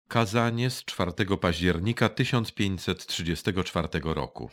Kazanie z 4 października 1534 roku.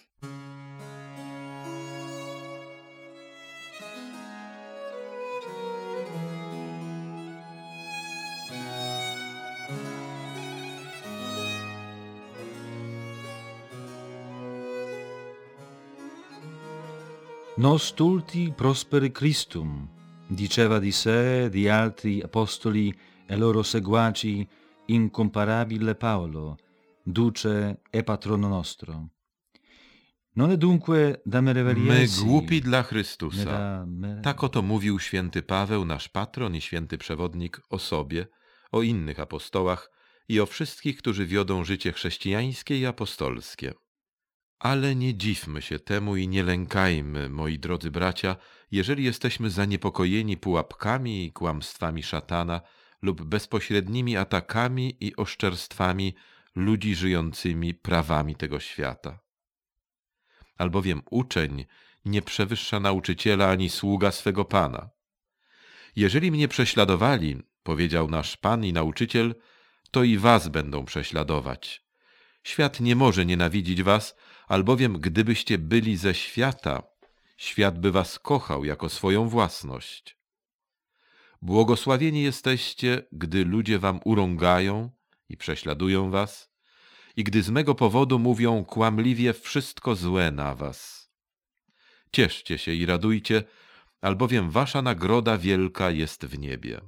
Nos tulti prosperi Christum, diceva di sé e di altri apostoli e loro seguaci incomparabile Paolo, duce e patrono nostro. Non è dunque da My meravigliarsi, głupi dla né Chrystusa. da Tak oto mówił święty Paweł, nasz patron i święty przewodnik, o sobie, o innych apostołach i o wszystkich, którzy wiodą życie chrześcijańskie i apostolskie. Ale nie dziwmy się temu i nie lękajmy, moi drodzy bracia, jeżeli jesteśmy zaniepokojeni pułapkami i kłamstwami szatana lub bezpośrednimi atakami i oszczerstwami ludzi żyjącymi prawami tego świata. Albowiem uczeń nie przewyższa nauczyciela ani sługa swego Pana. Jeżeli mnie prześladowali, powiedział nasz Pan i nauczyciel, to i was będą prześladować. Świat nie może nienawidzić was, albowiem gdybyście byli ze świata, świat by was kochał jako swoją własność. Błogosławieni jesteście, gdy ludzie wam urągają i prześladują was, i gdy z mego powodu mówią kłamliwie wszystko złe na was. Cieszcie się i radujcie, albowiem wasza nagroda wielka jest w niebie.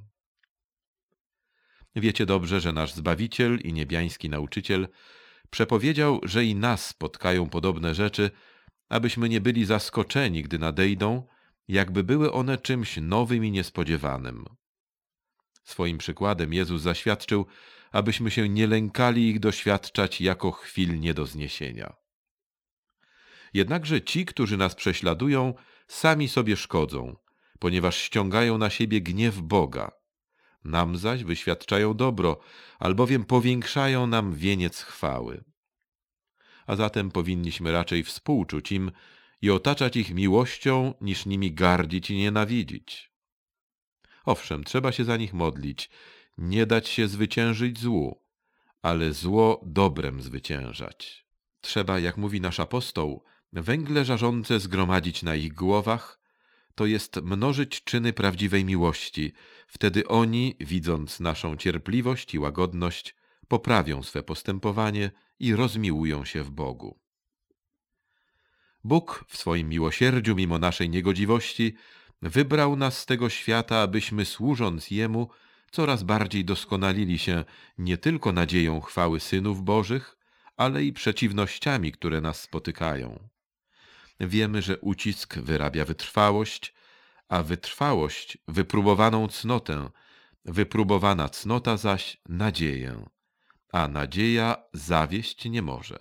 Wiecie dobrze, że nasz Zbawiciel i niebiański nauczyciel przepowiedział, że i nas spotkają podobne rzeczy, abyśmy nie byli zaskoczeni, gdy nadejdą, jakby były one czymś nowym i niespodziewanym. Swoim przykładem Jezus zaświadczył, abyśmy się nie lękali ich doświadczać jako chwil nie do zniesienia. Jednakże ci, którzy nas prześladują, sami sobie szkodzą, ponieważ ściągają na siebie gniew Boga. Nam zaś wyświadczają dobro, albowiem powiększają nam wieniec chwały. A zatem powinniśmy raczej współczuć im i otaczać ich miłością, niż nimi gardzić i nienawidzić. Owszem, trzeba się za nich modlić, nie dać się zwyciężyć złu, ale zło dobrem zwyciężać. Trzeba, jak mówi nasz apostoł, węgle żarzące zgromadzić na ich głowach, to jest mnożyć czyny prawdziwej miłości. Wtedy oni, widząc naszą cierpliwość i łagodność, poprawią swe postępowanie i rozmiłują się w Bogu. Bóg w swoim miłosierdziu, mimo naszej niegodziwości, wybrał nas z tego świata, abyśmy, służąc Jemu, coraz bardziej doskonalili się nie tylko nadzieją chwały synów Bożych, ale i przeciwnościami, które nas spotykają. Wiemy, że ucisk wyrabia wytrwałość, a wytrwałość wypróbowaną cnotę, wypróbowana cnota zaś nadzieję, a nadzieja zawieść nie może.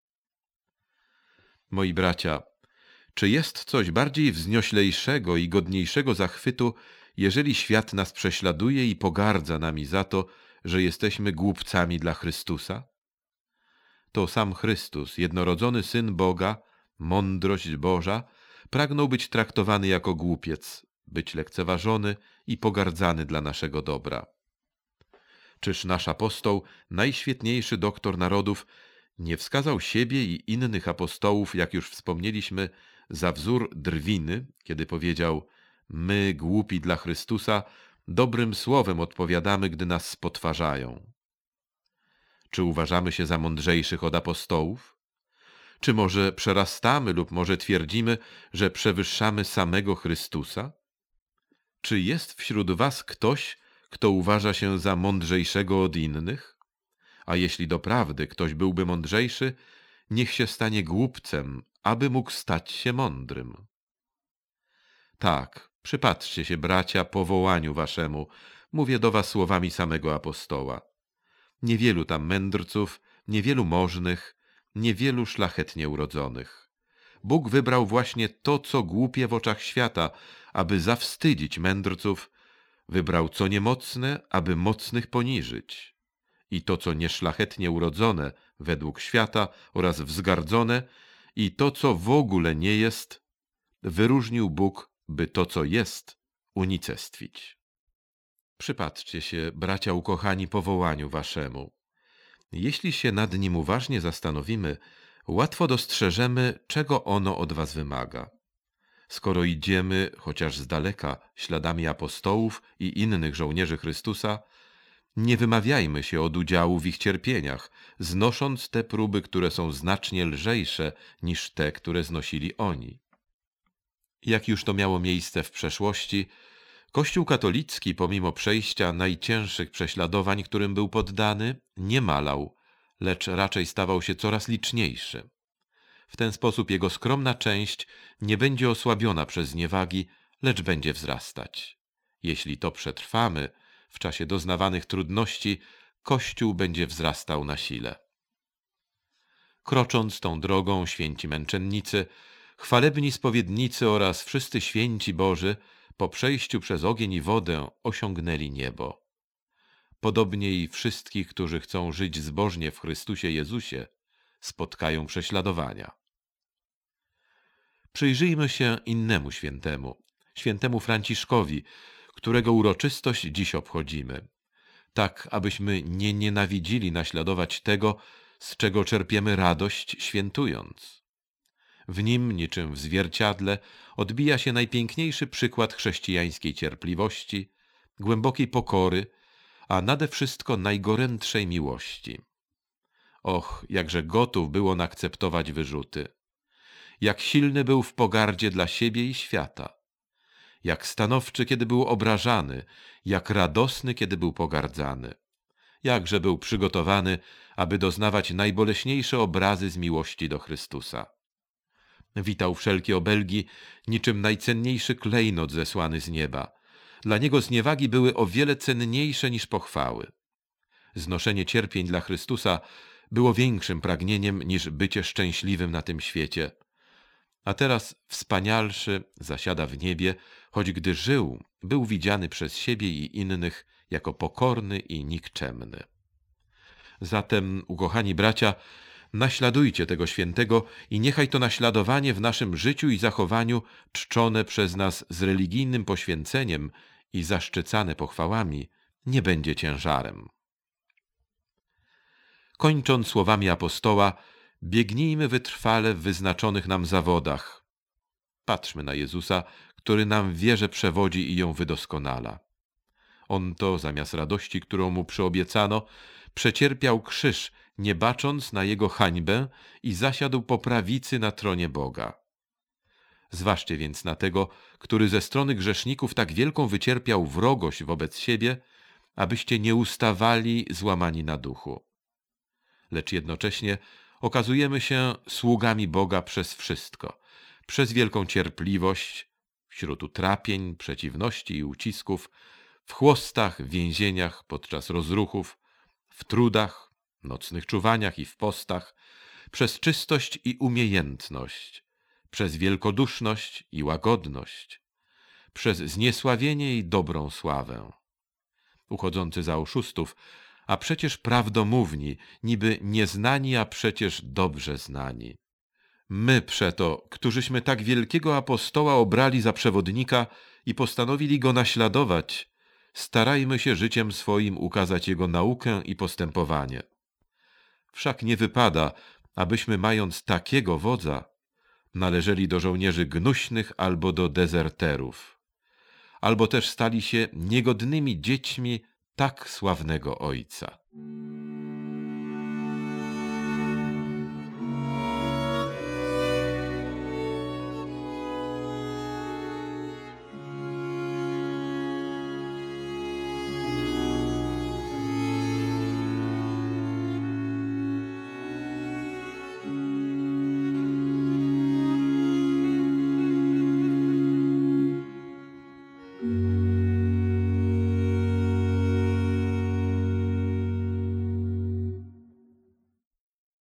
Moi bracia, czy jest coś bardziej wznioślejszego i godniejszego zachwytu, jeżeli świat nas prześladuje i pogardza nami za to, że jesteśmy głupcami dla Chrystusa? To sam Chrystus, jednorodzony Syn Boga, mądrość Boża, pragnął być traktowany jako głupiec, być lekceważony i pogardzany dla naszego dobra. Czyż nasz apostoł, najświetniejszy doktor narodów, nie wskazał siebie i innych apostołów, jak już wspomnieliśmy, za wzór drwiny, kiedy powiedział: my, głupi dla Chrystusa, dobrym słowem odpowiadamy, gdy nas spotwarzają. Czy uważamy się za mądrzejszych od apostołów? Czy może przerastamy lub może twierdzimy, że przewyższamy samego Chrystusa? Czy jest wśród was ktoś, kto uważa się za mądrzejszego od innych? A jeśli doprawdy ktoś byłby mądrzejszy, niech się stanie głupcem, aby mógł stać się mądrym. Tak, przypatrzcie się, bracia, powołaniu waszemu, mówię do was słowami samego apostoła. Niewielu tam mędrców, niewielu możnych, niewielu szlachetnie urodzonych. Bóg wybrał właśnie to, co głupie w oczach świata, aby zawstydzić mędrców, wybrał co niemocne, aby mocnych poniżyć. I to, co nieszlachetnie urodzone według świata oraz wzgardzone, i to, co w ogóle nie jest, wyróżnił Bóg, by to, co jest, unicestwić. Przypatrzcie się, bracia ukochani, powołaniu waszemu. Jeśli się nad nim uważnie zastanowimy, łatwo dostrzeżemy, czego ono od was wymaga. Skoro idziemy, chociaż z daleka, śladami apostołów i innych żołnierzy Chrystusa, nie wymawiajmy się od udziału w ich cierpieniach, znosząc te próby, które są znacznie lżejsze niż te, które znosili oni. Jak już to miało miejsce w przeszłości, Kościół katolicki, pomimo przejścia najcięższych prześladowań, którym był poddany, nie malał, lecz raczej stawał się coraz liczniejszy. W ten sposób jego skromna część nie będzie osłabiona przez zniewagi, lecz będzie wzrastać. Jeśli to przetrwamy, w czasie doznawanych trudności Kościół będzie wzrastał na sile. Krocząc tą drogą święci męczennicy, chwalebni spowiednicy oraz wszyscy święci Boży po przejściu przez ogień i wodę osiągnęli niebo. Podobnie i wszystkich, którzy chcą żyć zbożnie w Chrystusie Jezusie, spotkają prześladowania. Przyjrzyjmy się innemu świętemu, świętemu Franciszkowi, którego uroczystość dziś obchodzimy, tak abyśmy nie nienawidzili naśladować tego, z czego czerpiemy radość świętując. W nim, niczym w zwierciadle, odbija się najpiękniejszy przykład chrześcijańskiej cierpliwości, głębokiej pokory, a nade wszystko najgorętszej miłości. Och, jakże gotów był on akceptować wyrzuty. Jak silny był w pogardzie dla siebie i świata. Jak stanowczy, kiedy był obrażany, jak radosny, kiedy był pogardzany. Jakże był przygotowany, aby doznawać najboleśniejsze obrazy z miłości do Chrystusa. Witał wszelkie obelgi, niczym najcenniejszy klejnot zesłany z nieba. Dla niego zniewagi były o wiele cenniejsze niż pochwały. Znoszenie cierpień dla Chrystusa było większym pragnieniem niż bycie szczęśliwym na tym świecie. A teraz wspanialszy zasiada w niebie, choć gdy żył, był widziany przez siebie i innych jako pokorny i nikczemny. Zatem, ukochani bracia, naśladujcie tego świętego i niechaj to naśladowanie w naszym życiu i zachowaniu, czczone przez nas z religijnym poświęceniem i zaszczycane pochwałami, nie będzie ciężarem. Kończąc słowami apostoła, biegnijmy wytrwale w wyznaczonych nam zawodach. Patrzmy na Jezusa, który nam wierę przewodzi i ją wydoskonala. On to, zamiast radości, którą mu przyobiecano, przecierpiał krzyż, nie bacząc na jego hańbę i zasiadł po prawicy na tronie Boga. Zważcie więc na tego, który ze strony grzeszników tak wielką wycierpiał wrogość wobec siebie, abyście nie ustawali złamani na duchu. Lecz jednocześnie okazujemy się sługami Boga przez wszystko, przez wielką cierpliwość, wśród utrapień, przeciwności i ucisków, w chłostach, więzieniach, podczas rozruchów, w trudach, nocnych czuwaniach i w postach, przez czystość i umiejętność, przez wielkoduszność i łagodność, przez zniesławienie i dobrą sławę. Uchodzący za oszustów, a przecież prawdomówni, niby nieznani, a przecież dobrze znani. My przeto, którzyśmy tak wielkiego apostoła obrali za przewodnika i postanowili go naśladować, starajmy się życiem swoim ukazać jego naukę i postępowanie. Wszak nie wypada, abyśmy, mając takiego wodza, należeli do żołnierzy gnuśnych albo do dezerterów, albo też stali się niegodnymi dziećmi tak sławnego Ojca.